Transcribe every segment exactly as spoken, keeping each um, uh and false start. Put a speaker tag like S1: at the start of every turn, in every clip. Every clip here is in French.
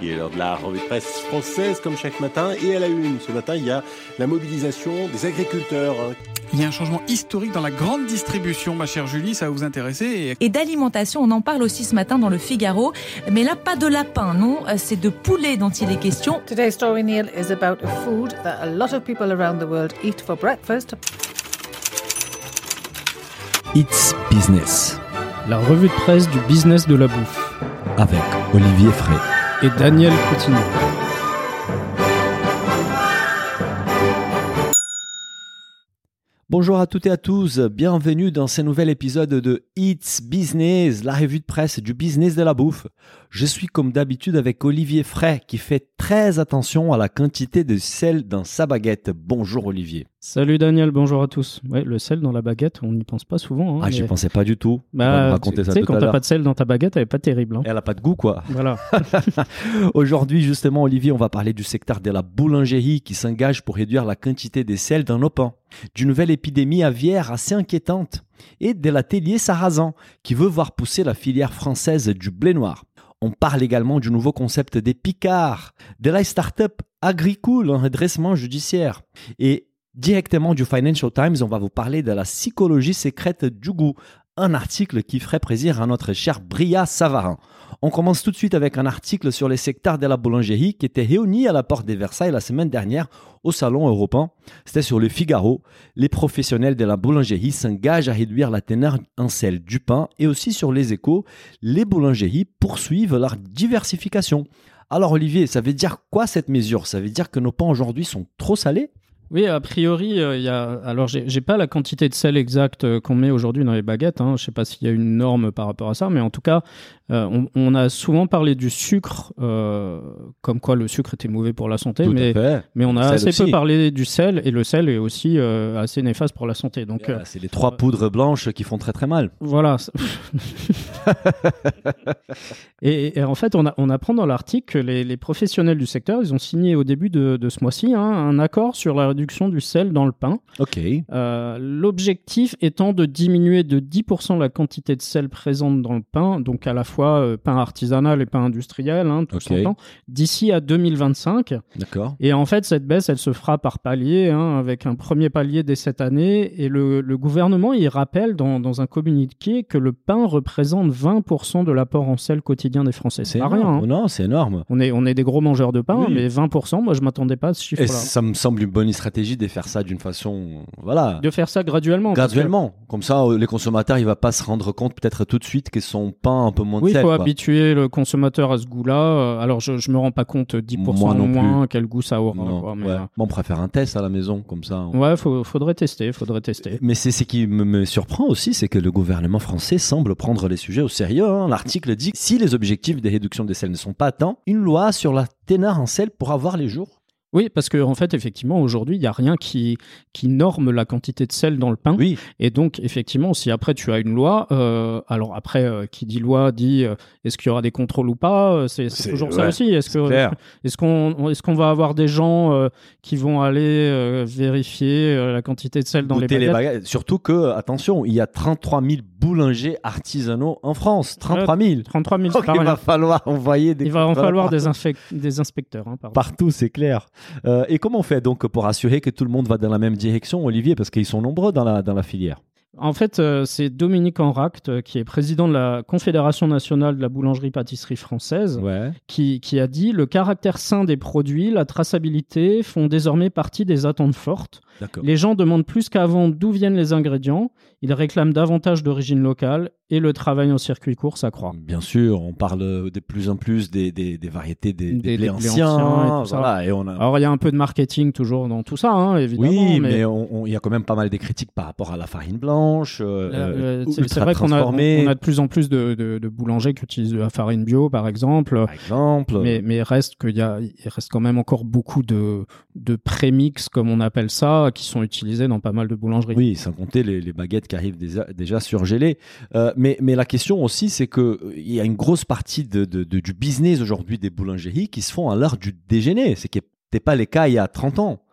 S1: Il est l'heure de la revue de presse française comme chaque matin et à la une. Ce matin, il y a la mobilisation des agriculteurs.
S2: Il y a un changement historique dans la grande distribution, ma chère Julie, ça va vous intéresser.
S3: Et d'alimentation, on en parle aussi ce matin dans le Figaro. Mais là, pas de lapin, non, c'est de poulet dont il est question.
S4: Today's story, Neil, is about a food that a lot of people around the world eat for breakfast.
S5: It's Business.
S6: La revue de presse du business de la bouffe.
S5: Avec Olivier Fray.
S6: Et Daniel Coutinho.
S5: Bonjour à toutes et à tous, bienvenue dans ce nouvel épisode de It's Business, la revue de presse du business de la bouffe. Je suis comme d'habitude avec Olivier Fray qui fait très attention à la quantité de sel dans sa baguette. Bonjour Olivier.
S6: Salut Daniel, bonjour à tous. Ouais, le sel dans la baguette, on n'y pense pas souvent. Hein,
S5: ah, mais... j'y pensais pas du tout.
S6: Bah, on va me raconter tu ça sais, quand t'as pas de sel dans ta baguette, elle est pas terrible. Hein.
S5: Elle a pas de goût, quoi.
S6: Voilà.
S5: Aujourd'hui, justement, Olivier, on va parler du secteur de la boulangerie qui s'engage pour réduire la quantité de sel dans nos pains, d'une nouvelle épidémie aviaire assez inquiétante et de l'atelier Sarrazin qui veut voir pousser la filière française du blé noir. On parle également du nouveau concept des picards, de la start-up Agricool en redressement judiciaire. Et directement du Financial Times, on va vous parler de la psychologie secrète du goût, un article qui ferait plaisir à notre cher Bria Savarin. On commence tout de suite avec un article sur les secteurs de la boulangerie qui était réuni à la porte des Versailles la semaine dernière au Salon européen. C'était sur le Figaro. Les professionnels de la boulangerie s'engagent à réduire la teneur en sel du pain et aussi sur les Échos, les boulangeries poursuivent leur diversification. Alors Olivier, ça veut dire quoi cette mesure ? Ça veut dire que nos pains aujourd'hui sont trop salés ?
S6: Oui, a priori, il euh, y a. Alors, j'ai, j'ai pas la quantité de sel exacte euh, qu'on met aujourd'hui dans les baguettes. Hein. Je sais pas s'il y a une norme par rapport à ça, mais en tout cas, euh, on, on a souvent parlé du sucre, euh, comme quoi le sucre était mauvais pour la santé,
S5: Tout
S6: mais
S5: à fait.
S6: mais on a
S5: Le
S6: assez
S5: sel
S6: peu
S5: aussi.
S6: parlé du sel, et le sel est aussi euh, assez néfaste pour la santé. Donc,
S5: Yeah,
S6: euh,
S5: c'est les trois euh, poudres blanches qui font très très mal.
S6: Voilà. et, et en fait, on, a, on apprend dans l'article que les, les professionnels du secteur, ils ont signé au début de, de ce mois-ci hein, un accord sur la réduction du sel dans le pain.
S5: Ok.
S6: Euh, l'objectif étant de diminuer de dix pour cent la quantité de sel présente dans le pain, donc à la fois euh, pain artisanal et pain industriel, hein, tout
S5: okay.
S6: s'entend, d'ici à deux mille vingt-cinq.
S5: D'accord.
S6: Et en fait, cette baisse, elle se fera par palier, hein, avec un premier palier dès cette année. Et le, le gouvernement, il rappelle dans, dans un communiqué que le pain représente vingt pour cent de l'apport en sel quotidien des Français. C'est, c'est pas
S5: énorme.
S6: rien. Hein.
S5: Non, c'est énorme.
S6: On est, on est des gros mangeurs de pain,
S5: oui.
S6: mais vingt pour cent, moi, je m'attendais pas à ce chiffre-là.
S5: Et ça me semble une bonne stratégie de faire ça d'une façon, voilà.
S6: De faire ça graduellement.
S5: Graduellement. Que... Comme ça, les consommateurs, il va pas se rendre compte peut-être tout de suite que son pain un peu moins de
S6: oui,
S5: sel.
S6: Oui, il faut
S5: quoi.
S6: habituer le consommateur à ce goût-là. Alors, je, je me rends pas compte dix pour cent
S5: Moi
S6: moins quel goût ça aura.
S5: Non,
S6: quoi, mais
S5: ouais.
S6: euh...
S5: bon, on préfère un test à la maison, comme ça. On...
S6: Ouais, faut, faudrait tester, faudrait tester.
S5: Mais c'est ce qui me, me surprend aussi, c'est que le gouvernement français semble prendre les sujets au sérieux. Hein. L'article dit que si les objectifs de réduction des sels ne sont pas atteints, une loi sur la teneur en sel pourra voir les jours.
S6: Oui, parce qu'en en fait, effectivement, aujourd'hui, il n'y a rien qui, qui norme la quantité de sel dans le pain.
S5: Oui.
S6: Et donc, effectivement, si après tu as une loi, euh, alors après, euh, qui dit loi dit euh, est-ce qu'il y aura des contrôles ou pas C'est, c'est, c'est toujours ouais, ça aussi. Est-ce, que,
S5: clair.
S6: est-ce, qu'on, est-ce qu'on va avoir des gens euh, qui vont aller euh, vérifier euh, la quantité de sel dans
S5: Goûter
S6: les baguettes,
S5: les baguettes Surtout que, attention, il y a trente-trois mille boulangers artisanaux en France. trente-trois mille.
S6: Ouais, trente-trois mille,
S5: donc,
S6: c'est
S5: il va falloir envoyer des...
S6: Il va en falloir des, infec- des inspecteurs. Hein, pardon.
S5: Partout, c'est clair. Euh, et comment on fait donc pour assurer que tout le monde va dans la même direction, Olivier, parce qu'ils sont nombreux dans la, dans la filière?
S6: En fait, euh, c'est Dominique Enract, euh, qui est président de la Confédération nationale de la boulangerie-pâtisserie française,
S5: ouais.
S6: qui, qui a dit « Le caractère sain des produits, la traçabilité font désormais partie des attentes fortes.
S5: D'accord.
S6: Les gens demandent plus qu'avant d'où viennent les ingrédients. Ils réclament davantage d'origine locale et le travail en circuit court s'accroît. »
S5: Bien sûr, on parle de plus en plus des, des, des variétés des, des,
S6: des,
S5: blés
S6: des
S5: anciens.
S6: anciens et tout
S5: voilà,
S6: ça.
S5: Et on a...
S6: Alors, il y a un peu de marketing toujours dans tout ça, hein, évidemment.
S5: Oui,
S6: mais
S5: il mais y a quand même pas mal de critiques par rapport à la farine blanche, euh,
S6: euh,
S5: ultra
S6: c'est, c'est vrai qu'on a, on,
S5: transformée.
S6: on a de plus en plus de, de, de boulangers qui utilisent de la farine bio, par exemple.
S5: Par exemple.
S6: Mais, mais il reste qu'il y a, il reste quand même encore beaucoup de, de prémix, comme on appelle ça, qui sont utilisés dans pas mal de boulangeries.
S5: Oui, sans compter les, les baguettes qui arrivent déjà, déjà surgelées. Euh, mais, mais la question aussi, c'est qu'il y a une grosse partie de, de, de, du business aujourd'hui des boulangeries qui se font à l'heure du déjeuner. C'est qui n'était pas le cas il y a trente ans.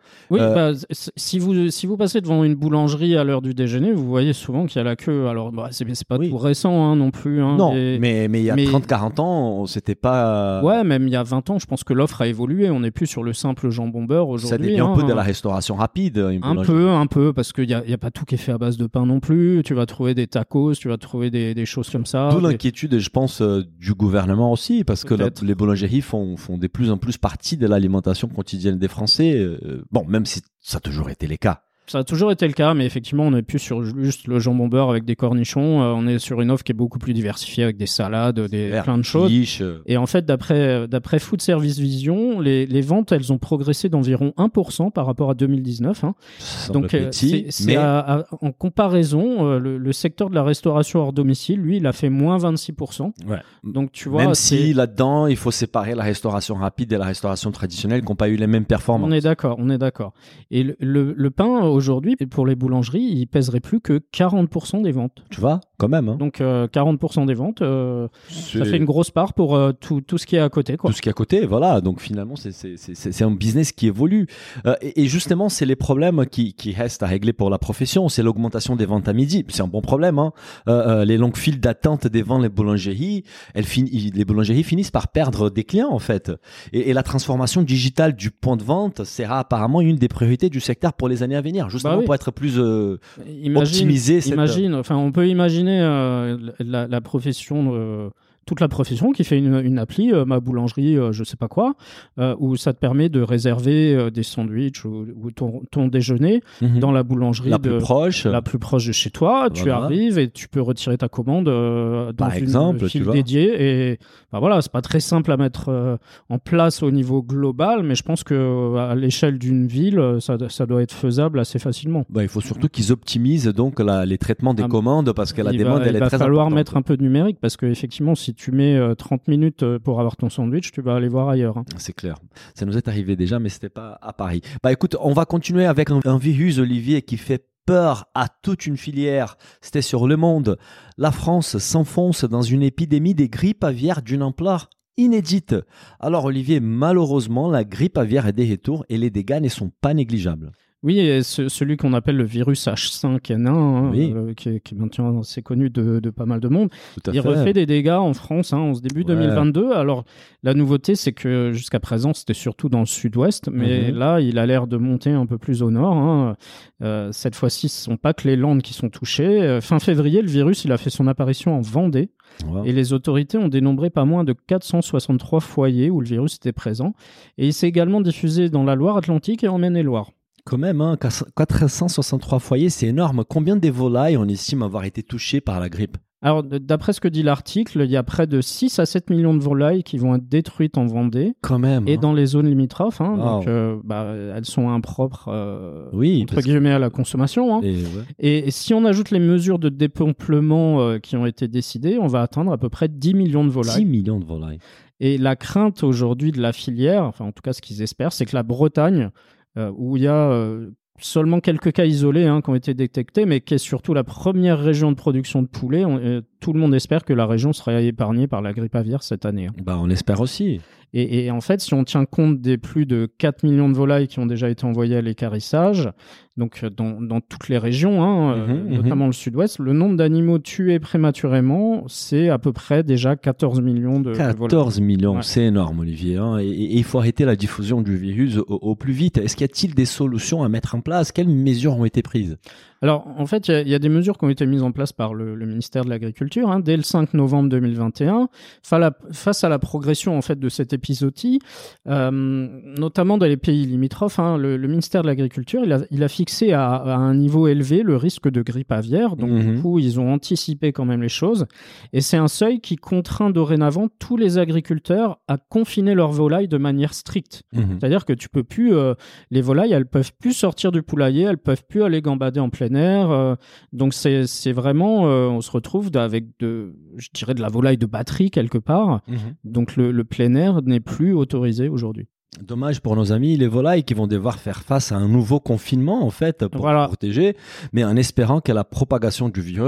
S6: Oui,
S5: Euh,
S6: bah, c- si vous si vous passez devant une boulangerie à l'heure du déjeuner, vous voyez souvent qu'il y a la queue. Alors, bah, c'est c'est pas
S5: Oui.
S6: tout récent hein, non plus. Hein,
S5: non,
S6: et-
S5: mais, mais il y a
S6: mais-
S5: trente quarante ans, c'était pas...
S6: Ouais, même il y a vingt ans, je pense que l'offre a évolué. On n'est plus sur le simple jambon beurre
S5: Ça
S6: aujourd'hui.
S5: devient un
S6: hein.
S5: peu de la restauration rapide. Une
S6: Un
S5: boulangerie.
S6: peu, un peu, parce qu'il n'y a, y a pas tout qui est fait à base de pain non plus. Tu vas trouver des tacos, tu vas trouver des, des choses comme ça.
S5: D'où
S6: des-
S5: l'inquiétude, je pense, euh, du gouvernement aussi, parce que la-
S6: Peut-être.
S5: les boulangeries font, font de plus en plus partie de l'alimentation quotidienne des Français. Euh, bon, même si ça a toujours été le cas.
S6: Ça a toujours été le cas, mais effectivement, on n'est plus sur juste le jambon beurre avec des cornichons. Euh, on est sur une offre qui est beaucoup plus diversifiée avec des salades, des,
S5: Vert,
S6: plein de choses.
S5: quiche, euh,
S6: Et en fait, d'après d'après Food Service Vision, les, les ventes, elles ont progressé d'environ un pour cent par rapport à deux mille dix-neuf. Hein.
S5: ça semble
S6: Donc, euh,
S5: petit,
S6: c'est c'est
S5: mais
S6: à- à- en comparaison, euh, le, le secteur de la restauration hors domicile, lui, il a fait moins vingt-six pour cent.
S5: ouais.
S6: Donc, tu vois,
S5: même
S6: c'est-
S5: si là-dedans, il faut séparer la restauration rapide et la restauration traditionnelle qui n'ont pas eu les mêmes performances.
S6: on est d'accord, on est d'accord. Et le, le, le pain, aujourd'hui, pour les boulangeries, il pèserait plus que quarante pour cent des ventes.
S5: Tu vois, quand même. Hein.
S6: Donc, euh, quarante pour cent des ventes, euh, ça
S5: C'est-
S6: fait une grosse part pour euh, tout, tout ce qui est à côté, quoi.
S5: Tout ce qui est à côté, voilà. Donc finalement, c'est c'est c'est c'est c'est un business qui évolue. Euh, et, et justement, c'est les problèmes qui qui restent à régler pour la profession. C'est l'augmentation des ventes à midi. C'est un bon problème. Hein. Euh, euh, les longues files d'attente devant les boulangeries, elles fin- les boulangeries finissent par perdre des clients en fait. Et, et la transformation digitale du point de vente sera apparemment une des priorités du secteur pour les années à venir, justement
S6: Bah oui.
S5: pour être plus euh,
S6: Imagine,
S5: optimiser cette-
S6: imagine, enfin, on peut imaginer euh, la, la profession, euh, toute la profession qui fait une, une appli, euh, ma boulangerie, euh, je sais pas quoi, euh, où ça te permet de réserver euh, des sandwichs ou, ou ton, ton déjeuner
S5: Mhm.
S6: dans la boulangerie
S5: la
S6: de,
S5: plus proche.
S6: la plus proche de chez toi. Tu
S5: Voilà.
S6: arrives et tu peux retirer ta commande euh, dans
S5: Par
S6: une
S5: exemple, tu
S6: file
S5: vois.
S6: dédiée. Et bah voilà, c'est pas très simple à mettre euh, en place au niveau global, mais je pense que euh, à l'échelle d'une ville, ça, ça doit être faisable assez facilement.
S5: Bah, il faut surtout qu'ils optimisent donc la- les traitements des
S6: Ah,
S5: commandes parce que la
S6: il
S5: demande
S6: va,
S5: elle
S6: il
S5: est
S6: va
S5: très
S6: falloir
S5: importante.
S6: mettre un peu de numérique parce que effectivement, si tu mets euh, trente minutes euh, pour avoir ton sandwich, tu vas aller voir ailleurs. hein.
S5: C'est clair. Ça nous est arrivé déjà, mais c'était pas à Paris. Bah écoute, on va continuer avec un, un virus, Olivier, qui fait peur à toute une filière. C'était sur Le Monde. La France s'enfonce dans une épidémie des grippes aviaires d'une ampleur inédite. Alors Olivier, malheureusement, la grippe aviaire est des retours et les dégâts ne sont pas négligeables.
S6: Oui, et ce- celui qu'on appelle le virus H cinq N un, hein,
S5: Oui.
S6: euh, qui, est, qui est maintenant assez connu de, de pas mal de monde,
S5: Tout à
S6: il
S5: fait.
S6: refait des dégâts en France hein, en ce début
S5: Ouais.
S6: deux mille vingt-deux. Alors, la nouveauté, c'est que jusqu'à présent, c'était surtout dans le sud-ouest, mais
S5: Mhm.
S6: là, il a l'air de monter un peu plus au nord. hein. Euh, cette fois-ci, ce ne sont pas que les Landes qui sont touchées. Euh, fin février, le virus, il a fait son apparition en Vendée.
S5: Wow.
S6: Et les autorités ont dénombré pas moins de quatre cent soixante-trois foyers où le virus était présent. Et il s'est également diffusé dans la Loire-Atlantique et en Maine-et-Loire.
S5: Quand même, hein, quatre cent soixante-trois foyers, c'est énorme. Combien des volailles on estime avoir été touchées par la grippe?
S6: Alors, d- d'après ce que dit l'article, il y a près de six à sept millions de volailles qui vont être détruites en Vendée
S5: Quand même.
S6: et
S5: hein.
S6: dans les zones limitrophes. hein.
S5: Wow.
S6: Donc, euh, bah, elles sont impropres, euh,
S5: Oui,
S6: entre
S5: parce que-
S6: guillemets, à la consommation. hein.
S5: Et, ouais.
S6: Et, et si on ajoute les mesures de dépeuplement euh, qui ont été décidées, on va atteindre à peu près dix millions de volailles.
S5: dix millions de volailles.
S6: Et la crainte aujourd'hui de la filière, enfin en tout cas ce qu'ils espèrent, c'est que la Bretagne, euh, où il y a euh, seulement quelques cas isolés hein, qui ont été détectés, mais qui est surtout la première région de production de poulet, on- euh, tout le monde espère que la région sera épargnée par la grippe aviaire cette année. hein.
S5: Bah, on espère aussi.
S6: Et, et en fait, si on tient compte des plus de quatre millions de volailles qui ont déjà été envoyées à l'équarrissage, donc euh, dans, dans toutes les régions, hein, euh,
S5: Mhm,
S6: notamment le sud-ouest, le nombre d'animaux tués prématurément, c'est à peu près déjà quatorze millions de, de volailles.
S5: quatorze millions,
S6: Ouais.
S5: c'est énorme, Olivier. hein. Et, et il faut arrêter la diffusion du virus au, au plus vite. Est-ce qu'il y a-t-il des solutions à mettre en place? Quelles mesures ont été prises?
S6: Alors, en fait, il y a- il y, a des mesures qui ont été mises en place par le, le ministère de l'Agriculture hein, dès le cinq novembre deux mille vingt et un, fa- la- face à la progression en fait de cette épisodie, euh, notamment dans les pays limitrophes. hein, le, le ministère de l'Agriculture, il a, il a fixé à, à un niveau élevé le risque de grippe aviaire. Donc,
S5: Mhm.
S6: du coup, ils ont anticipé quand même les choses. Et c'est un seuil qui contraint dorénavant tous les agriculteurs à confiner leurs volailles de manière stricte.
S5: Mhm.
S6: C'est-à-dire que tu peux plus, euh, les volailles, elles peuvent plus sortir du poulailler, elles peuvent plus aller gambader en plein air. euh, donc c'est c'est vraiment, euh, on se retrouve avec de, je dirais de la volaille de batterie quelque part.
S5: Mhm.
S6: Donc le, le plein air n'est plus autorisé aujourd'hui.
S5: Dommage pour nos amis les volailles qui vont devoir faire face à un nouveau confinement en fait pour
S6: Voilà.
S5: se protéger, mais en espérant que la propagation du virus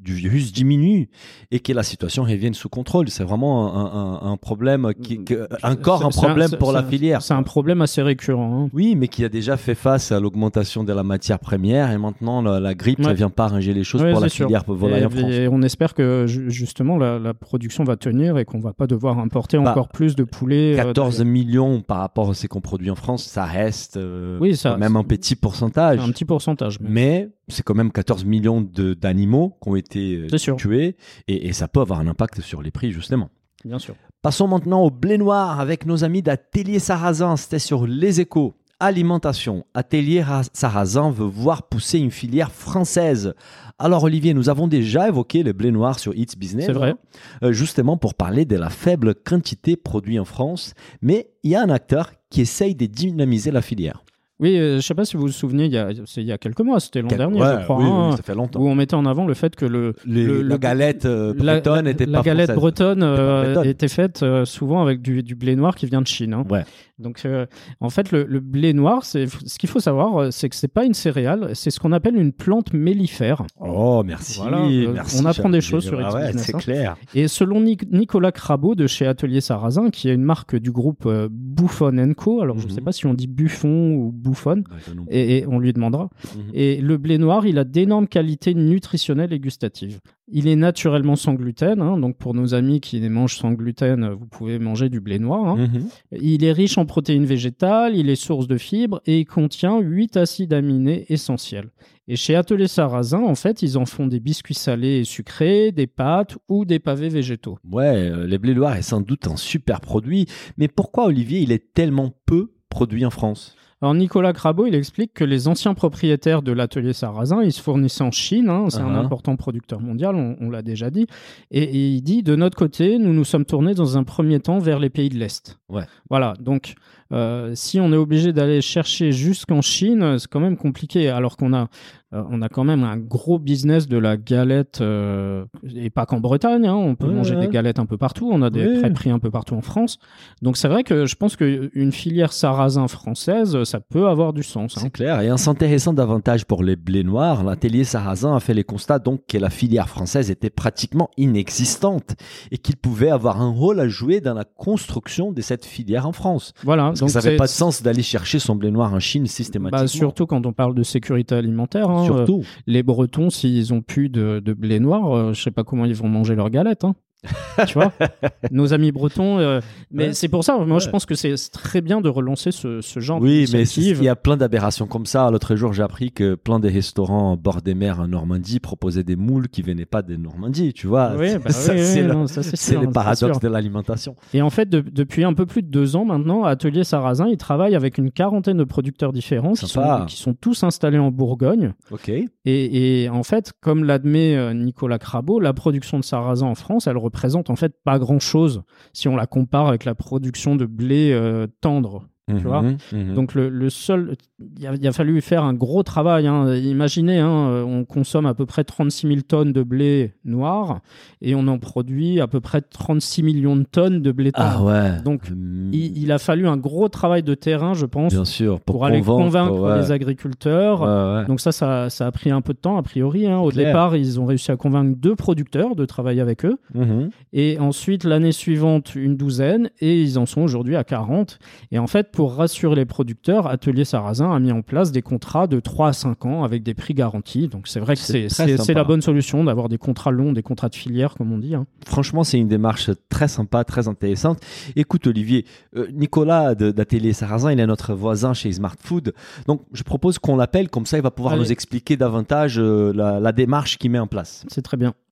S5: du virus diminue et que la situation revienne sous contrôle. C'est vraiment un, un, un problème, qui, que, encore
S6: c'est,
S5: un problème
S6: c'est,
S5: pour
S6: c'est,
S5: la filière.
S6: C'est un problème assez récurrent. Hein.
S5: Oui, mais qui a déjà fait face à l'augmentation de la matière première et maintenant la, la grippe ne ouais. vient pas arranger les choses ouais, pour la sûr. filière volaille en France.
S6: Et on espère que justement la, la production va tenir et qu'on ne va pas devoir importer bah, encore plus de poulets.
S5: quatorze
S6: euh, de...
S5: millions par rapport à ce qu'on produit en France, ça reste euh,
S6: oui, ça,
S5: quand même un petit pourcentage.
S6: Un petit pourcentage.
S5: Mais, mais c'est quand même quatorze millions de, d'animaux qui ont été tués et, et ça peut avoir un impact sur les prix justement.
S6: Bien sûr.
S5: Passons maintenant au blé noir avec nos amis d'Atelier Sarrazin. C'était sur Les Échos. Alimentation. Atelier Sarrazin veut voir pousser une filière française. Alors Olivier, nous avons déjà évoqué le blé noir sur It's Business.
S6: C'est vrai.
S5: Hein, euh, justement pour parler de la faible quantité produite en France. Mais il y a un acteur qui essaye de dynamiser la filière.
S6: Oui, euh, je ne sais pas si vous vous souvenez, il y a, c'est il y a quelques mois, c'était l'an
S5: Quel...
S6: dernier,
S5: ouais,
S6: je crois,
S5: oui,
S6: hein,
S5: oui, ça fait longtemps.
S6: où on mettait en avant le fait que le,
S5: Les,
S6: le
S5: la galette euh, bretonne
S6: la,
S5: était
S6: la
S5: pas
S6: galette
S5: française.
S6: bretonne euh, était faite euh, souvent avec du, du blé noir qui vient de Chine. Hein.
S5: Ouais.
S6: Donc, euh, en fait, le, le blé noir, c'est, ce qu'il faut savoir, c'est que c'est pas une céréale, c'est ce qu'on appelle une plante mellifère.
S5: Oh, merci.
S6: Voilà, euh,
S5: merci
S6: on apprend des choses sur
S5: ah
S6: It's
S5: ouais,
S6: Business.
S5: C'est
S6: hein.
S5: clair.
S6: Et selon Nic- Nicolas Crabeau de chez Atelier Sarrazin, qui est une marque du groupe euh, Buffon and Co. Alors, mm-hmm. je ne sais pas si on dit Buffon ou Buffon, ouais, et, et on lui demandera. Mm-hmm. Et le blé noir, il a d'énormes qualités nutritionnelles et gustatives. Il est naturellement sans gluten, hein, donc pour nos amis qui les mangent sans gluten, vous pouvez manger du blé noir. Hein. Mm-hmm. Il est riche en protéines végétales, il est source de fibres et il contient huit acides aminés essentiels. Et chez Atelier Sarrazin, en fait, ils en font des biscuits salés et sucrés, des pâtes ou des pavés végétaux.
S5: Ouais, euh, les blés noirs est sans doute un super produit, mais pourquoi Olivier, il est tellement peu produit en France ?
S6: Alors Nicolas Crabeau, il explique que les anciens propriétaires de l'atelier Sarrazin, ils se fournissaient en Chine, hein, c'est uh-huh. un important producteur mondial, on, on l'a déjà dit, et, et il dit, de notre côté, nous nous sommes tournés dans un premier temps vers les pays de l'Est.
S5: Ouais.
S6: Voilà, donc euh, si on est obligé d'aller chercher jusqu'en Chine, c'est quand même compliqué, alors qu'on a, euh, on a quand même un gros business de la galette, euh, et pas qu'en Bretagne, hein, on peut ouais, manger ouais. des galettes un peu partout, on a des ouais. crêperies un peu partout en France, donc c'est vrai que je pense qu'une filière Sarrazin française, ça peut avoir du sens. Hein.
S5: C'est clair. Et un intéressant davantage pour les blés noirs, l'atelier Sarrazin a fait les constats donc que la filière française était pratiquement inexistante et qu'il pouvait avoir un rôle à jouer dans la construction de cette filière en France.
S6: Voilà.
S5: Parce
S6: donc
S5: que ça n'avait pas de sens d'aller chercher son blé noir en Chine systématiquement.
S6: Bah, surtout quand on parle de sécurité alimentaire. Hein,
S5: surtout.
S6: Euh, les Bretons, s'ils ont plus de, de blé noir, euh, je ne sais pas comment ils vont manger leurs galettes. Hein. Tu vois, nos amis bretons. Euh, mais ouais. c'est pour ça, moi, ouais. je pense que c'est très bien de relancer ce, ce genre
S5: oui,
S6: d'initiative.
S5: Oui, mais il y a plein d'aberrations comme ça. L'autre jour, j'ai appris que plein des restaurants en bord des mers en Normandie proposaient des moules qui venaient pas de Normandie. Tu vois,
S6: oui, bah,
S5: ça,
S6: oui,
S5: c'est,
S6: oui,
S5: le,
S6: non, ça, c'est,
S5: c'est
S6: sûr,
S5: les paradoxes
S6: c'est
S5: de l'alimentation.
S6: Et en fait, de, depuis un peu plus de deux ans maintenant, Atelier Sarrazin, il travaille avec une quarantaine de producteurs différents qui sont, qui sont tous installés en Bourgogne.
S5: Ok.
S6: Et, et en fait, comme l'admet Nicolas Crabeau, la production de sarrasin en France, elle représente en fait pas grand-chose si on la compare avec la production de blé euh, tendre.
S5: Mmh,
S6: tu vois
S5: mmh.
S6: Donc le, le seul, il a, il a fallu faire un gros travail. Hein. Imaginez, hein, on consomme à peu près trente-six mille tonnes de blé noir et on en produit à peu près trente-six millions de tonnes de blé tendre.
S5: Ah ouais.
S6: Donc mmh. il, il a fallu un gros travail de terrain, je pense,
S5: bien sûr, pour,
S6: pour aller convaincre
S5: ouais.
S6: les agriculteurs.
S5: Ouais, ouais.
S6: Donc ça, ça, ça a pris un peu de temps a priori. Hein. Au
S5: Claire.
S6: départ, ils ont réussi à convaincre deux producteurs de travailler avec eux.
S5: Mmh.
S6: Et ensuite, l'année suivante, une douzaine. Et ils en sont aujourd'hui à quarante. Et en fait, pour rassurer les producteurs, Atelier Sarrazin a mis en place des contrats de trois à cinq ans avec des prix garantis. Donc c'est vrai que c'est, c'est, c'est, c'est la bonne solution d'avoir des contrats longs, des contrats de filière, comme on dit. Hein.
S5: Franchement, c'est une démarche très sympa, très intéressante. Écoute Olivier, euh, Nicolas de, d'Atelier Sarrazin, il est notre voisin chez Smart Food. Donc je propose qu'on l'appelle, comme ça il va pouvoir Allez. nous expliquer davantage euh, la, la démarche qu'il met en place.
S6: C'est très bien.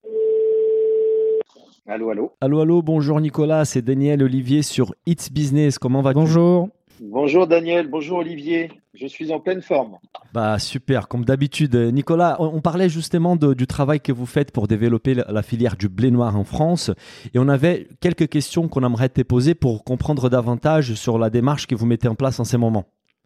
S7: Allô, allô.
S5: Allô, allô, bonjour Nicolas, c'est Daniel Olivier sur It's Business. Comment vas-tu ?
S6: Bonjour.
S7: Bonjour Daniel, bonjour Olivier, je suis en pleine forme.
S5: Bah super, comme d'habitude. Nicolas, on, on parlait justement de, du travail que vous faites pour développer la, la filière du blé noir en France et on avait quelques questions qu'on aimerait te poser pour comprendre davantage sur la démarche que vous mettez en place en ces moments.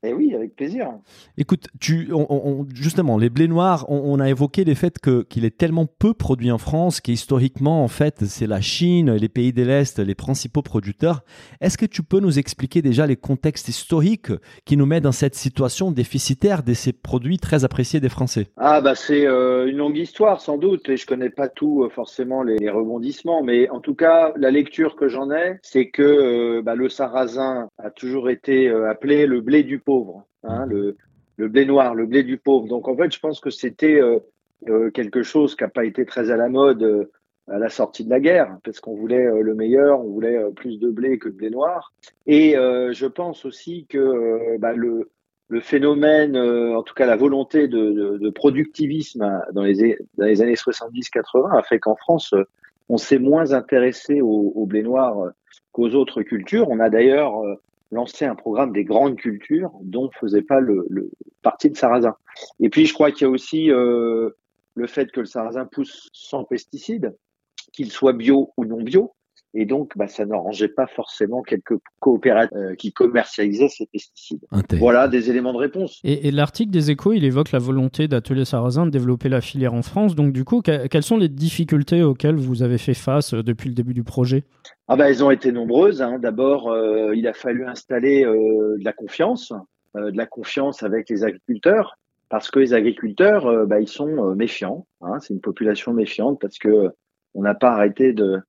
S7: Eh oui, avec plaisir.
S5: Écoute, tu, on, on, justement, les blés noirs, on, on a évoqué les faits que, qu'il est tellement peu produit en France qu'historiquement, en fait, c'est la Chine, les pays de l'Est, les principaux producteurs. Est-ce que tu peux nous expliquer déjà les contextes historiques qui nous mettent dans cette situation déficitaire de ces produits très appréciés des Français?
S7: Ah bah c'est euh, une longue histoire sans doute, et je connais pas tout euh, forcément les, les rebondissements, mais en tout cas, la lecture que j'en ai, c'est que euh, bah, le sarrasin a toujours été euh, appelé le blé du pauvre, hein, le, le blé noir, le blé du pauvre. Donc en fait, je pense que c'était euh, euh, quelque chose qui n'a pas été très à la mode euh, à la sortie de la guerre, parce qu'on voulait euh, le meilleur, on voulait euh, plus de blé que de blé noir. Et euh, je pense aussi que euh, bah, le, le phénomène, euh, en tout cas la volonté de, de, de productivisme dans les, dans les années soixante-dix quatre-vingts a fait qu'en France, euh, on s'est moins intéressé au, au blé noir euh, qu'aux autres cultures. On a d'ailleurs euh, lancé un programme des grandes cultures dont faisait pas le, le partie de sarrasin. Et puis je crois qu'il y a aussi euh, le fait que le sarrasin pousse sans pesticides, qu'il soit bio ou non bio. Et donc, bah, ça n'arrangeait pas forcément quelques coopératives euh, qui commercialisaient ces pesticides.
S5: Intéressant.
S7: Voilà des éléments de réponse.
S6: Et, et l'article des Échos, il évoque la volonté d'Atelier Sarrasin de développer la filière en France. Donc du coup, que, quelles sont les difficultés auxquelles vous avez fait face euh, depuis le début du projet?
S7: Ah bah, elles ont été nombreuses. Hein. D'abord, euh, il a fallu installer euh, de la confiance, euh, de la confiance avec les agriculteurs, parce que les agriculteurs, euh, bah, ils sont euh, méfiants. Hein. C'est une population méfiante parce que euh, on n'a pas arrêté de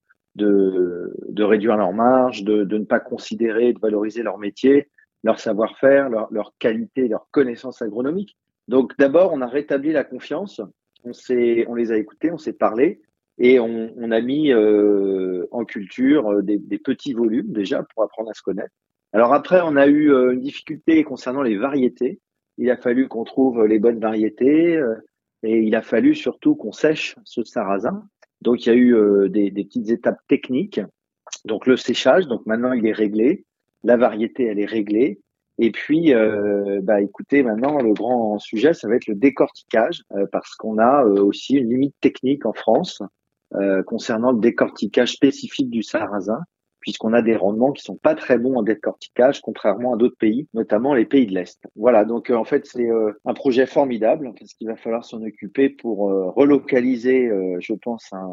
S7: De, de réduire leurs marges, de, de ne pas considérer, de valoriser leur métier, leur savoir-faire, leur, leur qualité, leur connaissance agronomique. Donc d'abord, on a rétabli la confiance, on, s'est, on les a écoutés, on s'est parlé, et on, on a mis euh, en culture des, des petits volumes déjà pour apprendre à se connaître. Alors après, on a eu euh, une difficulté concernant les variétés. Il a fallu qu'on trouve les bonnes variétés, euh, et il a fallu surtout qu'on sèche ce sarrasin. Donc, il y a eu euh, des, des petites étapes techniques. Donc, le séchage, donc maintenant, il est réglé. La variété, elle est réglée. Et puis, euh, bah, écoutez, maintenant, le grand sujet, ça va être le décortiquage, euh, parce qu'on a euh, aussi une limite technique en France euh, concernant le décortiquage spécifique du sarrasin, puisqu'on a des rendements qui sont pas très bons en décortiquage, contrairement à d'autres pays, notamment les pays de l'Est. Voilà, donc euh, en fait, c'est euh, un projet formidable, parce qu'il va falloir s'en occuper pour euh, relocaliser, euh, je pense, un,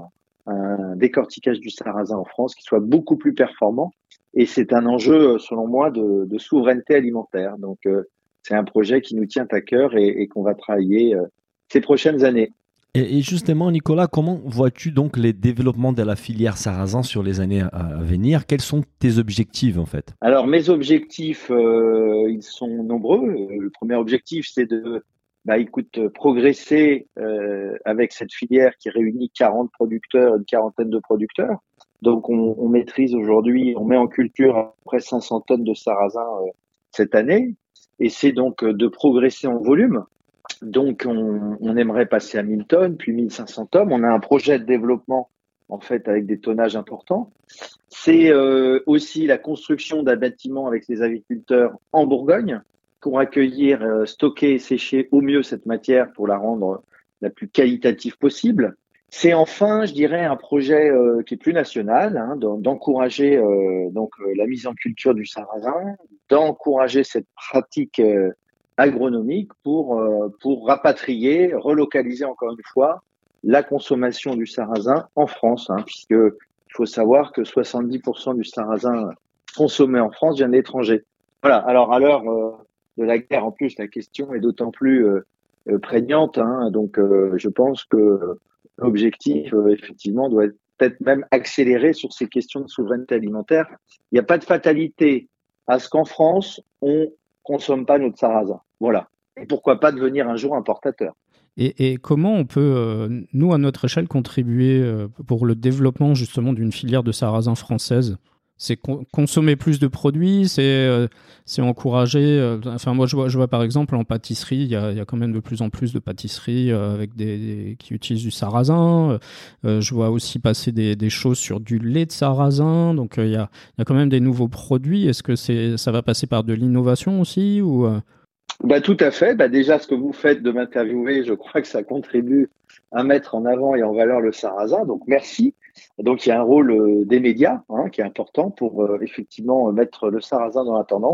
S7: un décortiquage du sarrasin en France qui soit beaucoup plus performant. Et c'est un enjeu, selon moi, de, de souveraineté alimentaire. Donc, euh, c'est un projet qui nous tient à cœur et, et qu'on va travailler euh, ces prochaines années.
S5: Et justement, Nicolas, comment vois-tu donc les développements de la filière sarrasin sur les années à venir? Quels sont tes objectifs en fait?
S7: Alors mes objectifs, euh, ils sont nombreux. Le premier objectif, c'est de, bah, écoute, progresser euh, avec cette filière qui réunit quarante producteurs, une quarantaine de producteurs. Donc on, on maîtrise aujourd'hui, on met en culture à peu près cinq cents tonnes de sarrasin euh, cette année, et c'est donc de progresser en volume. Donc, on, on aimerait passer à mille tonnes, puis mille cinq cents tonnes. On a un projet de développement, en fait, avec des tonnages importants. C'est euh, aussi la construction d'un bâtiment avec les agriculteurs en Bourgogne pour accueillir, euh, stocker et sécher au mieux cette matière pour la rendre la plus qualitative possible. C'est enfin, je dirais, un projet euh, qui est plus national, hein, d'encourager euh, donc euh, la mise en culture du sarrasin, d'encourager cette pratique euh, agronomique pour euh, pour rapatrier, relocaliser encore une fois la consommation du sarrasin en France, hein, puisque il faut savoir que soixante-dix pour cent du sarrasin consommé en France vient de l'étranger. Voilà. Alors à l'heure euh, de la guerre, en plus, la question est d'autant plus euh, euh, prégnante. Hein, donc, euh, je pense que l'objectif, euh, effectivement, doit être peut-être même accéléré sur ces questions de souveraineté alimentaire. Il n'y a pas de fatalité à ce qu'en France, on consomme pas notre sarrasin. Voilà. Et pourquoi pas devenir un jour importateur.
S6: Et, et comment on peut, euh, nous, à notre échelle, contribuer euh, pour le développement justement d'une filière de sarrasin française? C'est con- consommer plus de produits, c'est, euh, c'est encourager... Euh, enfin, moi, je vois, je vois par exemple en pâtisserie, il y a, il y a quand même de plus en plus de pâtisseries euh, avec des, des, qui utilisent du sarrasin. Euh, je vois aussi passer des, des choses sur du lait de sarrasin. Donc, euh, il y a, il y a quand même des nouveaux produits. Est-ce que c'est, ça va passer par de l'innovation aussi ou euh...
S7: Bah, tout à fait. Bah, déjà, ce que vous faites de m'interviewer, je crois que ça contribue à mettre en avant et en valeur le sarrasin. Donc, merci. Donc, il y a un rôle euh, des médias hein, qui est important pour euh, effectivement mettre le sarrasin dans la tendance,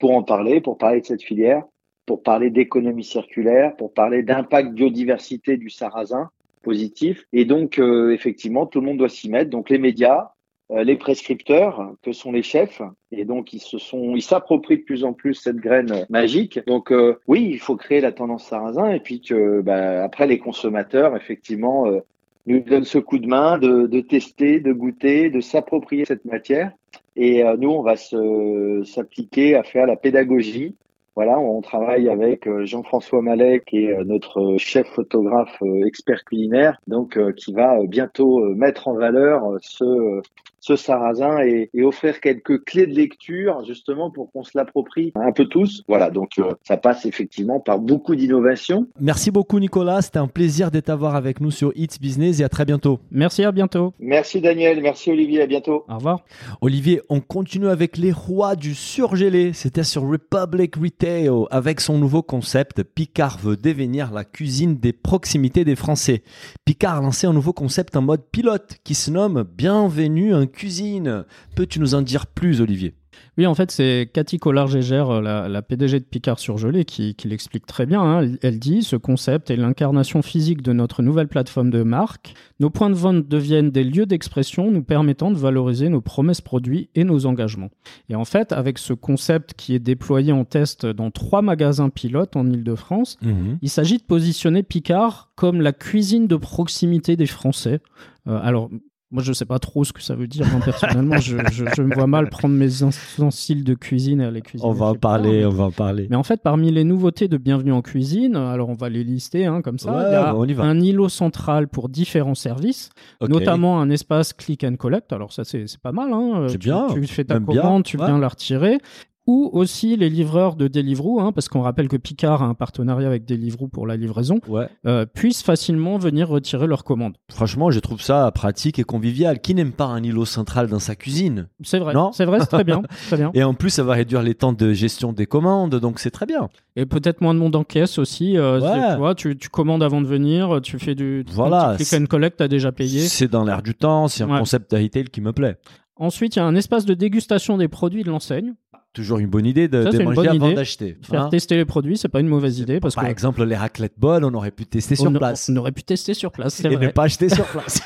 S7: pour en parler, pour parler de cette filière, pour parler d'économie circulaire, pour parler d'impact biodiversité du sarrasin positif. Et donc, euh, effectivement, tout le monde doit s'y mettre. Donc, les médias, euh, les prescripteurs, que sont les chefs, et donc ils se sont, ils s'approprient de plus en plus cette graine magique. Donc, euh, oui, il faut créer la tendance sarrasin, et puis que, bah, après, les consommateurs, effectivement, euh, nous donnent ce coup de main de, de tester, de goûter, de s'approprier cette matière. Et euh, nous, on va se, s'appliquer à faire la pédagogie. Voilà, on travaille avec Jean-François Mallet, qui est notre chef photographe expert culinaire, donc qui va bientôt mettre en valeur ce ce sarrasin et, et offrir quelques clés de lecture justement pour qu'on se l'approprie un peu tous. Voilà, donc euh, ça passe effectivement par beaucoup d'innovation.
S5: Merci beaucoup Nicolas, c'était un plaisir de t'avoir avec nous sur It's Business et à très bientôt.
S6: Merci, à bientôt.
S7: Merci Daniel, merci Olivier, à bientôt.
S6: Au revoir.
S5: Olivier, on continue avec les rois du surgelé. C'était sur Republic Retail avec son nouveau concept. Picard veut devenir la cuisine des proximités des Français. Picard a lancé un nouveau concept en mode pilote qui se nomme Bienvenue en cuisine. Peux-tu nous en dire plus, Olivier ?
S6: Oui, en fait, c'est Cathy Collard-Gégère, la, la P D G de Picard Surgelé, qui, qui l'explique très bien. Hein. Elle dit « Ce concept est l'incarnation physique de notre nouvelle plateforme de marque. Nos points de vente deviennent des lieux d'expression nous permettant de valoriser nos promesses produits et nos engagements. » Et en fait, avec ce concept qui est déployé en test dans trois magasins pilotes en Ile-de-France, mmh. il s'agit de positionner Picard comme la cuisine de proximité des Français. Euh, alors... Moi, je ne sais pas trop ce que ça veut dire. Hein, personnellement, je, je, je me vois mal prendre mes ustensiles de cuisine et aller cuisiner.
S5: On va en parler, mais... on va en parler.
S6: Mais en fait, parmi les nouveautés de Bienvenue en cuisine, alors on va les lister hein, comme ça.
S5: Ouais,
S6: il y a
S5: bon, on y va.
S6: Un îlot central pour différents services, okay. notamment un espace click and collect. Alors ça, c'est, c'est pas mal. Hein.
S5: C'est
S6: tu,
S5: bien.
S6: Tu fais ta
S5: Même
S6: commande,
S5: bien.
S6: tu
S5: ouais.
S6: viens la retirer. Ou aussi les livreurs de Deliveroo, hein, parce qu'on rappelle que Picard a un partenariat avec Deliveroo pour la livraison,
S5: ouais.
S6: euh, puissent facilement venir retirer leurs commandes.
S5: Franchement, je trouve ça pratique et convivial. Qui n'aime pas un îlot central dans sa cuisine ?
S6: C'est vrai,
S5: non
S6: c'est vrai, c'est très bien, très bien.
S5: Et en plus, ça va réduire les temps de gestion des commandes, donc c'est très bien.
S6: Et peut-être moins de monde en caisse aussi. Euh,
S5: ouais.
S6: Tu vois, tu, tu commandes avant de venir, tu fais du
S5: voilà,
S6: click and collect, t'as déjà payé.
S5: C'est dans l'air du temps, c'est un ouais. concept de retail qui me plaît.
S6: Ensuite, il y a un espace de dégustation des produits de l'enseigne.
S5: Toujours une bonne idée de,
S6: ça,
S5: de manger
S6: bonne
S5: avant
S6: idée.
S5: d'acheter.
S6: Faire
S5: hein
S6: tester les produits, c'est pas une mauvaise idée. Parce
S5: Par
S6: que...
S5: exemple, les raclette balls, on aurait pu tester sur
S6: on
S5: place.
S6: On aurait pu tester sur place, c'est
S5: Et
S6: vrai.
S5: ne pas acheter sur place.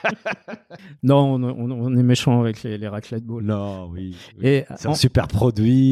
S6: Non, on, on, on est méchant avec les, les raclette balls.
S5: Non, oui. oui.
S6: Et
S5: c'est
S6: en...
S5: un super produit.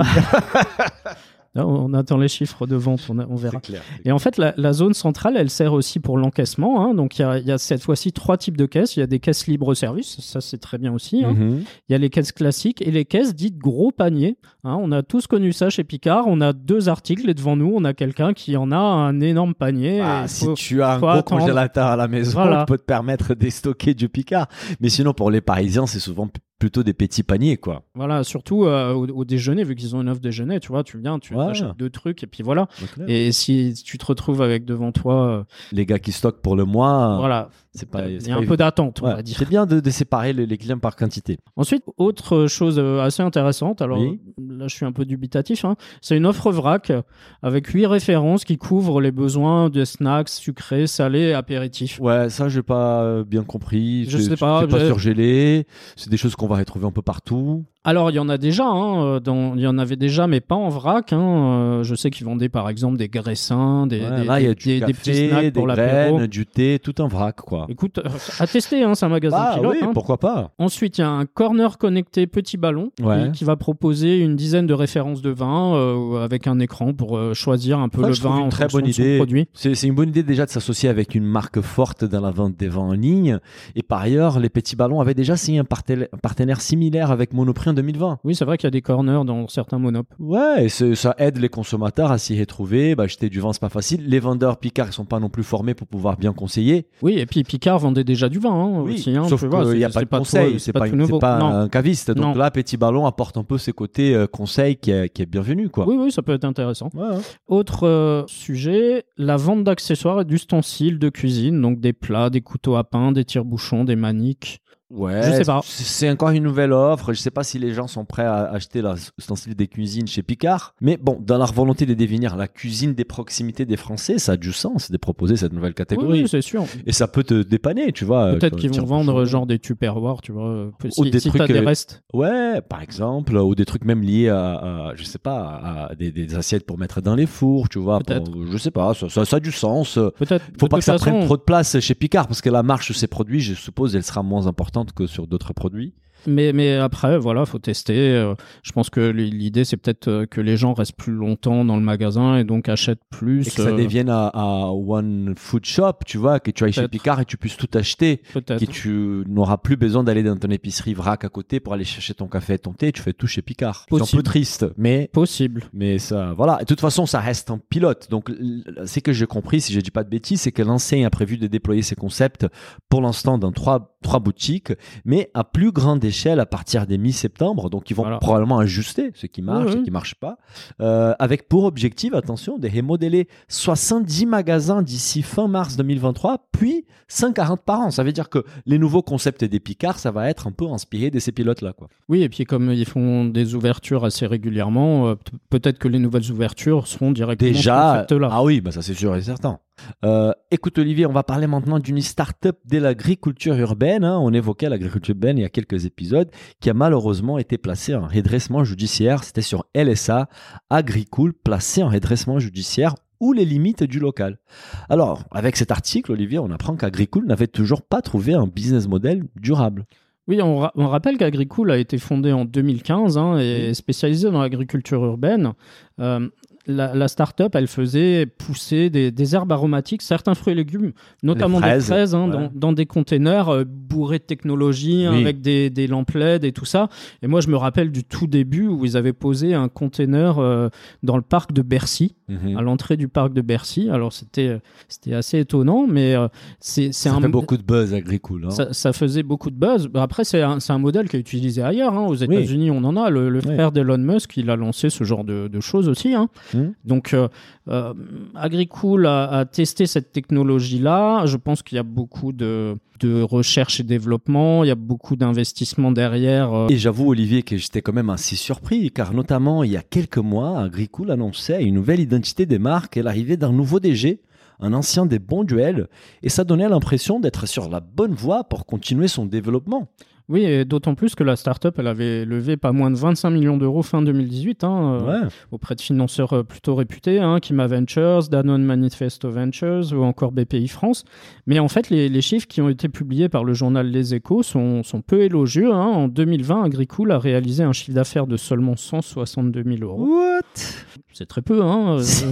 S6: On attend les chiffres de vente, on, a, on verra.
S5: C'est clair, c'est
S6: et
S5: clair.
S6: en fait, la, la zone centrale, elle sert aussi pour l'encaissement. Hein. Donc, il y a, y a cette fois-ci trois types de caisses. Il y a des caisses libre-service, ça c'est très bien aussi. Hein.
S5: Mm-hmm.
S6: Il y a les caisses classiques et les caisses dites gros paniers. Hein. On a tous connu ça chez Picard. On a deux articles et devant nous, on a quelqu'un qui en a un énorme panier.
S5: Ah,
S6: faut,
S5: si tu as un gros
S6: attendre.
S5: congélateur à la maison,
S6: voilà.
S5: tu peux te permettre de stocker du Picard. Mais sinon, pour les Parisiens, c'est souvent plutôt des petits paniers, quoi.
S6: Voilà, surtout euh, au, au déjeuner, vu qu'ils ont une offre déjeuner, tu vois, tu viens, tu
S5: ouais.
S6: achètes deux trucs, et puis voilà. Et si tu te retrouves avec devant toi... Euh,
S5: les gars qui stockent pour le mois,
S6: voilà.
S5: c'est pas...
S6: Il y a un peu d'attente, on
S5: ouais.
S6: va dire.
S5: C'est bien de, de séparer les, les clients par quantité.
S6: Ensuite, autre chose assez intéressante, alors
S5: oui.
S6: là je suis un peu dubitatif, hein, c'est une offre vrac avec huit références qui couvrent les besoins de snacks sucrés, salés et apéritifs.
S5: Ouais, ça j'ai pas bien compris.
S6: Je
S5: c'est,
S6: sais pas.
S5: C'est pas surgelé, c'est des choses qu'on va retrouver un peu partout.
S6: Alors, il y en a déjà, hein, dans, il y en avait déjà, mais pas en vrac. Hein. Euh, je sais qu'ils vendaient par exemple des graissins, des,
S5: ouais,
S6: des,
S5: là,
S6: des,
S5: y a du
S6: des,
S5: café,
S6: des petits snacks pour
S5: des
S6: l'apéro.
S5: graines, du thé, tout en vrac, quoi.
S6: Écoute, euh, à tester, hein, c'est un magasin
S5: ah,
S6: pilote.
S5: Oui,
S6: hein.
S5: pourquoi pas.
S6: Ensuite, il y a un corner connecté petit ballon
S5: ouais.
S6: qui, qui va proposer une dizaine de références de vin euh, avec un écran pour euh, choisir un peu
S5: ça,
S6: le
S5: je
S6: vin
S5: une
S6: en
S5: très
S6: fonction
S5: bonne
S6: de son
S5: idée.
S6: produit.
S5: C'est, c'est une bonne idée déjà de s'associer avec une marque forte dans la vente des vins en ligne. Et par ailleurs, les petits ballons avaient déjà signé un partenaire, un partenaire similaire avec Monoprix en deux mille vingt.
S6: Oui, c'est vrai qu'il y a des corners dans certains monop.
S5: Ouais, et ça aide les consommateurs à s'y retrouver. Bah, acheter du vin, c'est pas facile. Les vendeurs Picard, ils sont pas non plus formés pour pouvoir bien conseiller.
S6: Oui, et puis Picard vendait déjà du vin hein,
S5: oui,
S6: aussi. Hein,
S5: sauf qu'il n'y a pas de conseil,
S6: trop,
S5: c'est,
S6: pas,
S5: pas,
S6: tout
S5: une,
S6: nouveau.
S5: c'est pas
S6: non.
S5: un caviste. Donc
S6: non.
S5: là, Petit Ballon apporte un peu ses côtés euh, conseil qui est, qui est bienvenu, quoi.
S6: Oui, oui, ça peut être intéressant.
S5: Ouais, ouais.
S6: Autre euh, sujet, la vente d'accessoires et d'ustensiles de cuisine, donc des plats, des couteaux à pain, des tire-bouchons, des maniques.
S5: Ouais,
S6: Je sais pas.
S5: c'est c'est encore une nouvelle offre. Je sais pas si les gens sont prêts à acheter l'ustensile des cuisines chez Picard. Mais bon, dans leur volonté de définir la cuisine des proximités des Français, ça a du sens de proposer cette nouvelle catégorie.
S6: Oui, c'est sûr.
S5: Et ça peut te dépanner, tu vois.
S6: Peut-être
S5: tu-
S6: qu'ils
S5: tu-
S6: vont vendre genre des Tupperware, tu vois. Si,
S5: Ou des
S6: si
S5: trucs,
S6: t'as des
S5: euh,
S6: restes.
S5: Ouais, par exemple, ou des trucs même liés à, à je sais pas, à des, des assiettes pour mettre dans les fours, tu vois.
S6: Peut-être.
S5: Pour- je sais pas, ça, ça, ça a du sens.
S6: Peut-être.
S5: Faut
S6: de
S5: pas
S6: toute
S5: que ça
S6: façon,
S5: prenne trop de place chez Picard, parce que la marge de ces produits, je suppose, elle sera moins importante que sur d'autres produits.
S6: Mais, mais après, voilà, faut tester. Euh, je pense que l'idée, c'est peut-être euh, que les gens restent plus longtemps dans le magasin et donc achètent plus.
S5: Et que ça
S6: euh,
S5: devienne à, à One Food Shop, tu vois, que tu ailles chez
S6: Peut-être.
S5: Picard et tu puisses tout acheter.
S6: Peut-être.
S5: Que tu n'auras plus besoin d'aller dans ton épicerie vrac à côté pour aller chercher ton café et ton thé, tu fais tout chez Picard. C'est un
S6: Possible.
S5: peu triste, mais
S6: Possible.
S5: Mais ça, voilà. Et de toute façon, ça reste un pilote. Donc, l- c'est que j'ai compris, si je dis pas de bêtises, c'est que l'enseigne a prévu de déployer ses concepts pour l'instant dans trois, trois boutiques, mais à plus grande échelle à partir des mi-septembre. Donc, ils vont
S6: Voilà.
S5: probablement ajuster ce qui marche,
S6: Oui,
S5: ce
S6: oui.
S5: qui marche pas. Euh, avec pour objectif, attention, de remodeler soixante-dix magasins d'ici fin mars deux mille vingt-trois, puis cent quarante par an. Ça veut dire que les nouveaux concepts des Picard, ça va être un peu inspiré de ces pilotes-là, quoi.
S6: Oui, et puis comme ils font des ouvertures assez régulièrement, euh, p- peut-être que les nouvelles ouvertures seront directement ce
S5: Déjà,
S6: concept-là.
S5: ah oui, bah ça c'est sûr et certain. Euh, écoute Olivier, on va parler maintenant d'une start-up de l'agriculture urbaine. hein. On évoquait l'agriculture urbaine il y a quelques épisodes, qui a malheureusement été placée en redressement judiciaire. C'était sur L S A, Agricool, placé en redressement judiciaire ou les limites du local. Alors, avec cet article, Olivier, on apprend qu'Agricool n'avait toujours pas trouvé un business model durable.
S6: Oui, on, ra- on rappelle qu'Agricool a été fondé en deux mille quinze hein, et est spécialisé dans l'agriculture urbaine. Euh, la, la start-up, elle faisait pousser des, des herbes aromatiques, certains fruits et légumes, notamment
S5: Les fraises,
S6: des fraises, hein,
S5: ouais.
S6: dans, dans des containers euh, bourrés de technologie, hein,
S5: Oui.
S6: avec des, des lampes L E D et tout ça. Et moi, je me rappelle du tout début où ils avaient posé un container euh, dans le parc de Bercy, à l'entrée du parc de Bercy. Alors, c'était, c'était assez étonnant, mais euh, c'est, c'est
S5: Ça
S6: un...
S5: fait beaucoup de buzz Agricool. hein.
S6: Ça, ça faisait beaucoup de buzz. Bah, Après, c'est un, c'est un modèle qui est utilisé ailleurs. hein. Aux États-Unis, on en a. Le, le
S5: Oui.
S6: frère d'Elon Musk, il a lancé ce genre de, de choses aussi. hein.
S5: Mhm.
S6: Donc, euh, euh, Agricool a, a testé cette technologie-là. Je pense qu'il y a beaucoup de, de recherche et développement. Il y a beaucoup d'investissements derrière. euh.
S5: Et j'avoue, Olivier, que j'étais quand même assez surpris, car notamment, il y a quelques mois, Agricool annonçait une nouvelle identité des marques et l'arrivée d'un nouveau D G, un ancien des bons duels, et ça donnait l'impression d'être sur la bonne voie pour continuer son développement.
S6: Oui, et d'autant plus que la start-up, elle avait levé pas moins de vingt-cinq millions d'euros fin deux mille dix-huit. Hein, euh,
S5: Ouais.
S6: auprès de financeurs euh, plutôt réputés, hein, Kima Ventures, Danone Manifesto Ventures ou encore B P I France. Mais en fait, les, les chiffres qui ont été publiés par le journal Les Échos sont, sont peu élogieux. Hein. En deux mille vingt, Agricool a réalisé un chiffre d'affaires de seulement cent soixante-deux mille euros.
S5: What?
S6: C'est très peu. Hein. euh,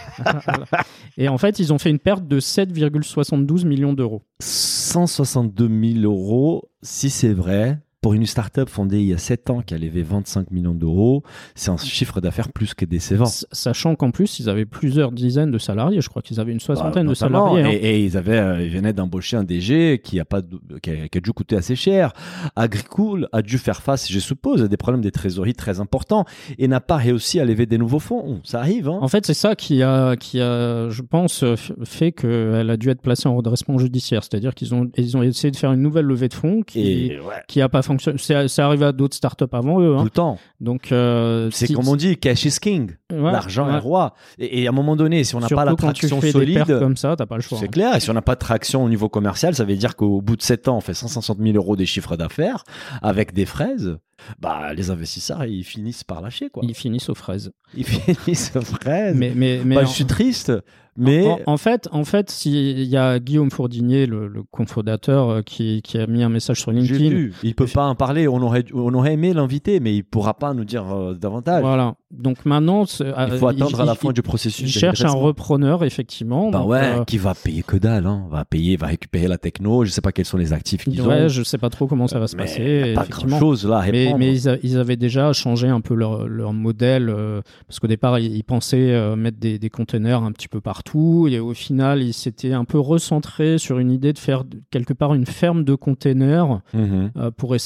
S6: Et en fait, ils ont fait une perte de sept virgule soixante-douze millions d'euros.
S5: cent soixante-deux mille euros, si c'est vrai, pour une start-up fondée il y a sept ans qui a levé vingt-cinq millions d'euros, c'est un chiffre d'affaires plus que décevant.
S6: S- Sachant qu'en plus, ils avaient plusieurs dizaines de salariés. Je crois qu'ils avaient une soixantaine
S5: Bah,
S6: de
S5: notamment,
S6: salariés. hein.
S5: Et, et ils, avaient, euh, ils venaient d'embaucher un D G qui a, pas, de- qui, a, qui a dû coûter assez cher. Agricool a dû faire face, je suppose, à des problèmes de trésorerie très importants et n'a pas réussi à lever des nouveaux fonds. Ça arrive, hein.
S6: En fait, c'est ça qui a, qui a, je pense, f- fait qu'elle a dû être placée en redressement judiciaire. C'est-à-dire qu'ils ont, ils ont essayé de faire une nouvelle levée de fonds qui,
S5: Et ouais,
S6: qui a pas fonctionné. C'est, c'est arrivé à d'autres startups avant eux.
S5: tout
S6: Hein.
S5: le temps.
S6: Donc, euh,
S5: C'est
S6: si-
S5: comme on dit, cash is king.
S6: ouais,
S5: L'argent
S6: ouais.
S5: est roi. Et, et à un moment donné, si on n'a pas la
S6: Surtout quand tu
S5: traction
S6: fais des pertes
S5: solide,
S6: comme ça, t'as pas le choix.
S5: c'est
S6: hein.
S5: clair. Et si on n'a pas de traction au niveau commercial, ça veut dire qu'au bout de sept ans, on fait cent soixante mille euros des chiffres d'affaires avec des fraises. Bah, les investisseurs, ils finissent par lâcher, quoi.
S6: Ils finissent aux fraises.
S5: Ils finissent aux fraises.
S6: Mais, mais, mais
S5: Bah,
S6: en-
S5: je suis triste, mais
S6: En, en fait, en fait, s'il y a Guillaume Fourdinier, le, le cofondateur, euh, qui, qui a mis un message sur
S5: j'ai
S6: LinkedIn.
S5: vu. Il peut pas en parler. On aurait, on aurait aimé l'inviter, mais il pourra pas nous dire euh, davantage.
S6: Voilà. Donc maintenant, c'est-
S5: Il faut
S6: euh,
S5: attendre à la
S6: il-
S5: fin
S6: il-
S5: du processus.
S6: Il
S5: de
S6: cherche un
S5: redressement.
S6: repreneur, effectivement.
S5: Bah
S6: donc,
S5: ouais,
S6: euh,
S5: qui va payer que dalle, hein. Va payer, va récupérer la techno. Je sais pas quels sont les actifs qu'ils
S6: ouais,
S5: ont.
S6: je sais pas trop comment ça va se
S5: Mais
S6: passer.
S5: y a pas
S6: effectivement.
S5: grand chose là à
S6: Mais,
S5: répondre.
S6: mais ils, a- ils avaient déjà changé un peu leur, leur modèle, euh, parce qu'au départ, ils, ils pensaient euh, mettre des, des containers un petit peu partout, et au final, ils s'étaient un peu recentrés sur une idée de faire quelque part une ferme de containers
S5: Mhm.
S6: euh, pour essayer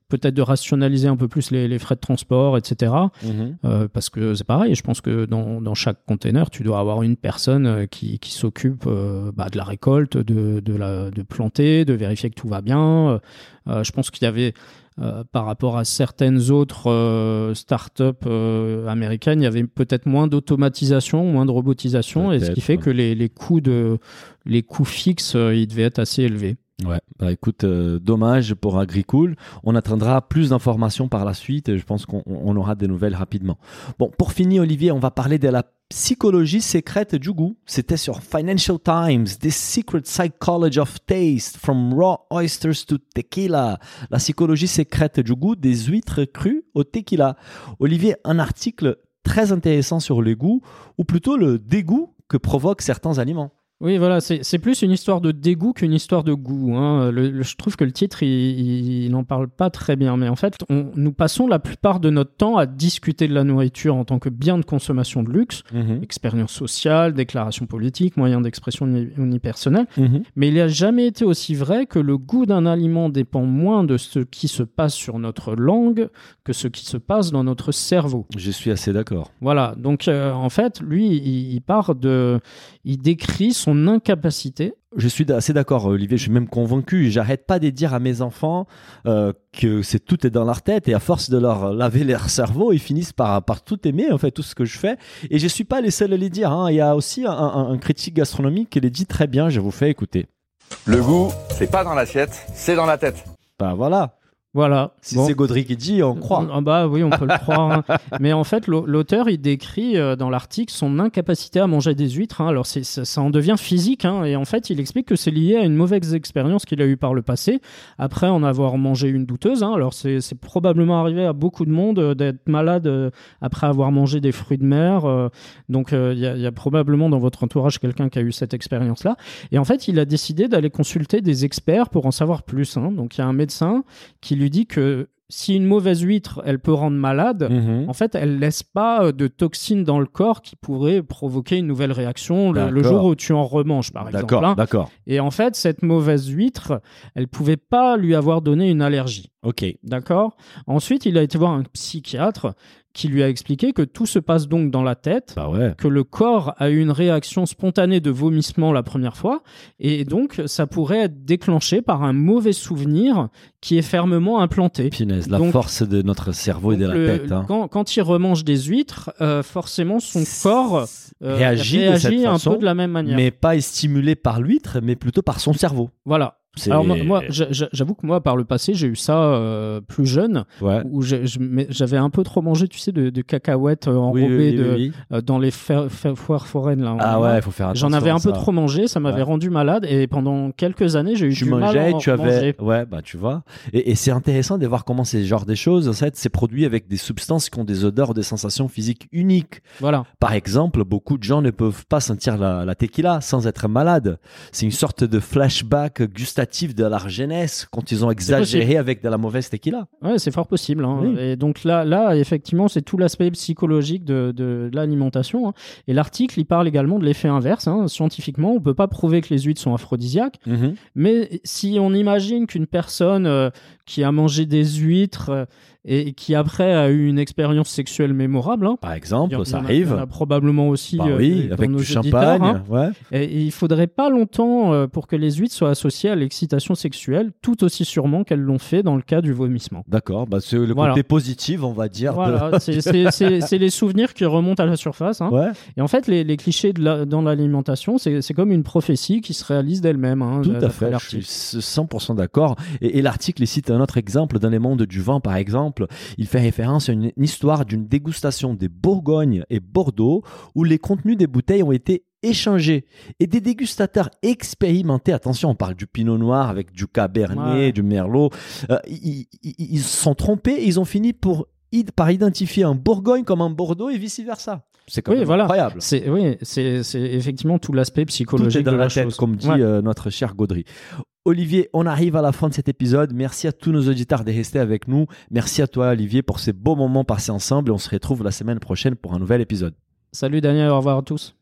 S6: peut-être de rationaliser un peu plus les, les frais de transport, et cetera.
S5: Mmh.
S6: Euh, parce que c'est pareil, je pense que dans, dans chaque container, tu dois avoir une personne qui, qui s'occupe euh, bah, de la récolte, de, de, la, de planter, de vérifier que tout va bien. Euh, je pense qu'il y avait... Euh, par rapport à certaines autres euh, startups euh, américaines, il y avait peut-être moins d'automatisation, moins de robotisation, peut-être, et ce qui fait ouais. que les, les coûts de les coûts fixes, euh, ils devaient être assez élevés.
S5: Ouais, bah écoute, euh, dommage pour Agricool. On attendra plus d'informations par la suite et je pense qu'on on aura des nouvelles rapidement. Bon, pour finir, Olivier, on va parler de la psychologie secrète du goût. C'était sur Financial Times, The Secret Psychology of Taste, From Raw Oysters to Tequila. La psychologie secrète du goût des huîtres crues au tequila. Olivier, un article très intéressant sur le goût, ou plutôt le dégoût que provoquent certains aliments.
S6: Oui, voilà, c'est, c'est plus une histoire de dégoût qu'une histoire de goût. Hein. Le, le, je trouve que le titre, il n'en parle pas très bien. Mais en fait, on, nous passons la plupart de notre temps à discuter de la nourriture en tant que bien de consommation de luxe, mmh. expérience sociale, déclaration politique, moyen d'expression unipersonnel. Mmh. Mais il n'a jamais été aussi vrai que le goût d'un aliment dépend moins de ce qui se passe sur notre langue que ce qui se passe dans notre cerveau.
S5: Je suis assez d'accord.
S6: Voilà, donc euh, en fait, lui, il, il part de... Il décrit son incapacité.
S5: Je suis assez d'accord, Olivier, je suis même convaincu. J'arrête pas de dire à mes enfants euh, que c'est, tout est dans leur tête et à force de leur laver leur cerveau, ils finissent par, par tout aimer, en fait, tout ce que je fais. Et je suis pas les seuls à les dire. Hein. Il y a aussi un, un, un critique gastronomique qui les dit très bien, je vous fais écouter.
S8: Le goût, c'est pas dans l'assiette, c'est dans la tête.
S5: Ben voilà.
S6: Voilà.
S5: Si bon. C'est Gaudry qui dit, on croit.
S6: Ah bah oui, on peut le croire. Hein. Mais en fait, l'auteur, il décrit euh, dans l'article son incapacité à manger des huîtres. Hein. Alors, c'est, ça, ça en devient physique. Hein. Et en fait, il explique que c'est lié à une mauvaise expérience qu'il a eue par le passé, après en avoir mangé une douteuse. Hein. Alors, c'est, c'est probablement arrivé à beaucoup de monde euh, d'être malade euh, après avoir mangé des fruits de mer. Euh, donc, il euh, y, y a probablement dans votre entourage quelqu'un qui a eu cette expérience-là. Et en fait, il a décidé d'aller consulter des experts pour en savoir plus. Hein. Donc, il y a un médecin qui lui dit que si une mauvaise huître, elle peut rendre malade, mmh. en fait, elle laisse pas de toxines dans le corps qui pourraient provoquer une nouvelle réaction le, le jour où tu en remanges, par
S5: d'accord,
S6: exemple. Hein.
S5: D'accord.
S6: Et en fait, cette mauvaise huître, elle pouvait pas lui avoir donné une allergie.
S5: Ok.
S6: D'accord. Ensuite, il a été voir un psychiatre qui lui a expliqué que tout se passe donc dans la tête,
S5: bah ouais.
S6: que le corps a eu une réaction spontanée de vomissement la première fois, et donc ça pourrait être déclenché par un mauvais souvenir qui est fermement implanté.
S5: Punaise, la
S6: donc,
S5: force de notre cerveau et de la
S6: le,
S5: tête. Hein.
S6: Quand, quand il remange des huîtres, euh, forcément son corps euh,
S5: réagit,
S6: réagit
S5: de
S6: un
S5: façon,
S6: peu de la même manière.
S5: Mais pas stimulé par l'huître, mais plutôt par son cerveau.
S6: Voilà.
S5: C'est...
S6: Alors moi, moi j'avoue que moi par le passé j'ai eu ça euh, plus jeune
S5: ouais.
S6: où j'ai, j'avais un peu trop mangé, tu sais, de, de cacahuètes enrobées
S5: oui, oui,
S6: de,
S5: oui, oui.
S6: Euh, dans les fer, fer, foires foraines là.
S5: Ah ouais, il faut faire attention.
S6: J'en avais un peu
S5: ça.
S6: trop mangé, ça m'avait ouais. rendu malade et pendant quelques années j'ai eu
S5: tu
S6: du
S5: mangeais,
S6: mal à en
S5: tu avais...
S6: manger.
S5: Ouais, bah tu vois. Et, et c'est intéressant de voir comment ces genres de choses, en fait, c'est produit avec des substances qui ont des odeurs, des sensations physiques uniques.
S6: Voilà.
S5: Par exemple, beaucoup de gens ne peuvent pas sentir la, la tequila sans être malade. C'est une sorte de flashback gustatif de leur jeunesse quand ils ont exagéré avec de la mauvaise tequila.
S6: Ouais, c'est fort possible. Hein.
S5: Oui.
S6: Et donc là, là, effectivement, c'est tout l'aspect psychologique de, de, de l'alimentation. Hein. Et l'article, il parle également de l'effet inverse. Hein. Scientifiquement, on ne peut pas prouver que les huîtres sont aphrodisiaques. Mm-hmm. Mais si on imagine qu'une personne euh, qui a mangé des huîtres euh, et qui après a eu une expérience sexuelle mémorable, hein,
S5: par exemple,
S6: a,
S5: ça
S6: a,
S5: arrive.
S6: On a probablement aussi
S5: bah
S6: euh,
S5: oui, avec du champagne. Hein. Ouais.
S6: Et il faudrait pas longtemps euh, pour que les huîtres soient associées à l'excitation sexuelle, tout aussi sûrement qu'elles l'ont fait dans le cas du vomissement.
S5: D'accord, bah c'est le
S6: voilà.
S5: côté positif, on va dire.
S6: Voilà,
S5: de...
S6: c'est, c'est, c'est, c'est les souvenirs qui remontent à la surface. Hein.
S5: Ouais.
S6: Et en fait, les, les clichés de la, dans l'alimentation, c'est, c'est comme une prophétie qui se réalise d'elle-même. Hein,
S5: tout à fait, l'article. Je suis cent pour cent d'accord. Et, et l'article il cite un autre exemple dans les mondes du vin, par exemple. Il fait référence à une, une histoire d'une dégustation des Bourgogne et Bordeaux où les contenus des bouteilles ont été échangés et des dégustateurs expérimentés, attention, on parle du Pinot Noir avec du Cabernet, ouais. du Merlot, euh, ils, ils, ils se sont trompés et ils ont fini pour, par identifier un Bourgogne comme un Bordeaux et vice-versa. C'est quand
S6: oui,
S5: même
S6: voilà.
S5: incroyable.
S6: C'est, oui, c'est, c'est effectivement tout l'aspect psychologique
S5: tout est dans
S6: de la,
S5: la tête,
S6: chose.
S5: comme dit
S6: ouais.
S5: euh, notre cher Gaudry. Olivier, on arrive à la fin de cet épisode. Merci à tous nos auditeurs de rester avec nous. Merci à toi, Olivier, pour ces beaux moments passés ensemble. Et on se retrouve la semaine prochaine pour un nouvel épisode.
S6: Salut Daniel, au revoir à tous.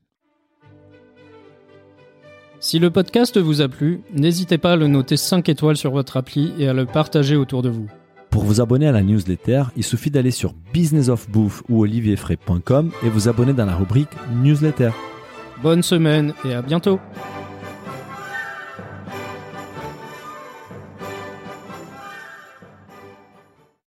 S6: Si le podcast vous a plu, n'hésitez pas à le noter cinq étoiles sur votre appli et à le partager autour de vous.
S5: Pour vous abonner à la newsletter, il suffit d'aller sur business of bouffe ou olivierfray point com et vous abonner dans la rubrique newsletter.
S6: Bonne semaine et à bientôt.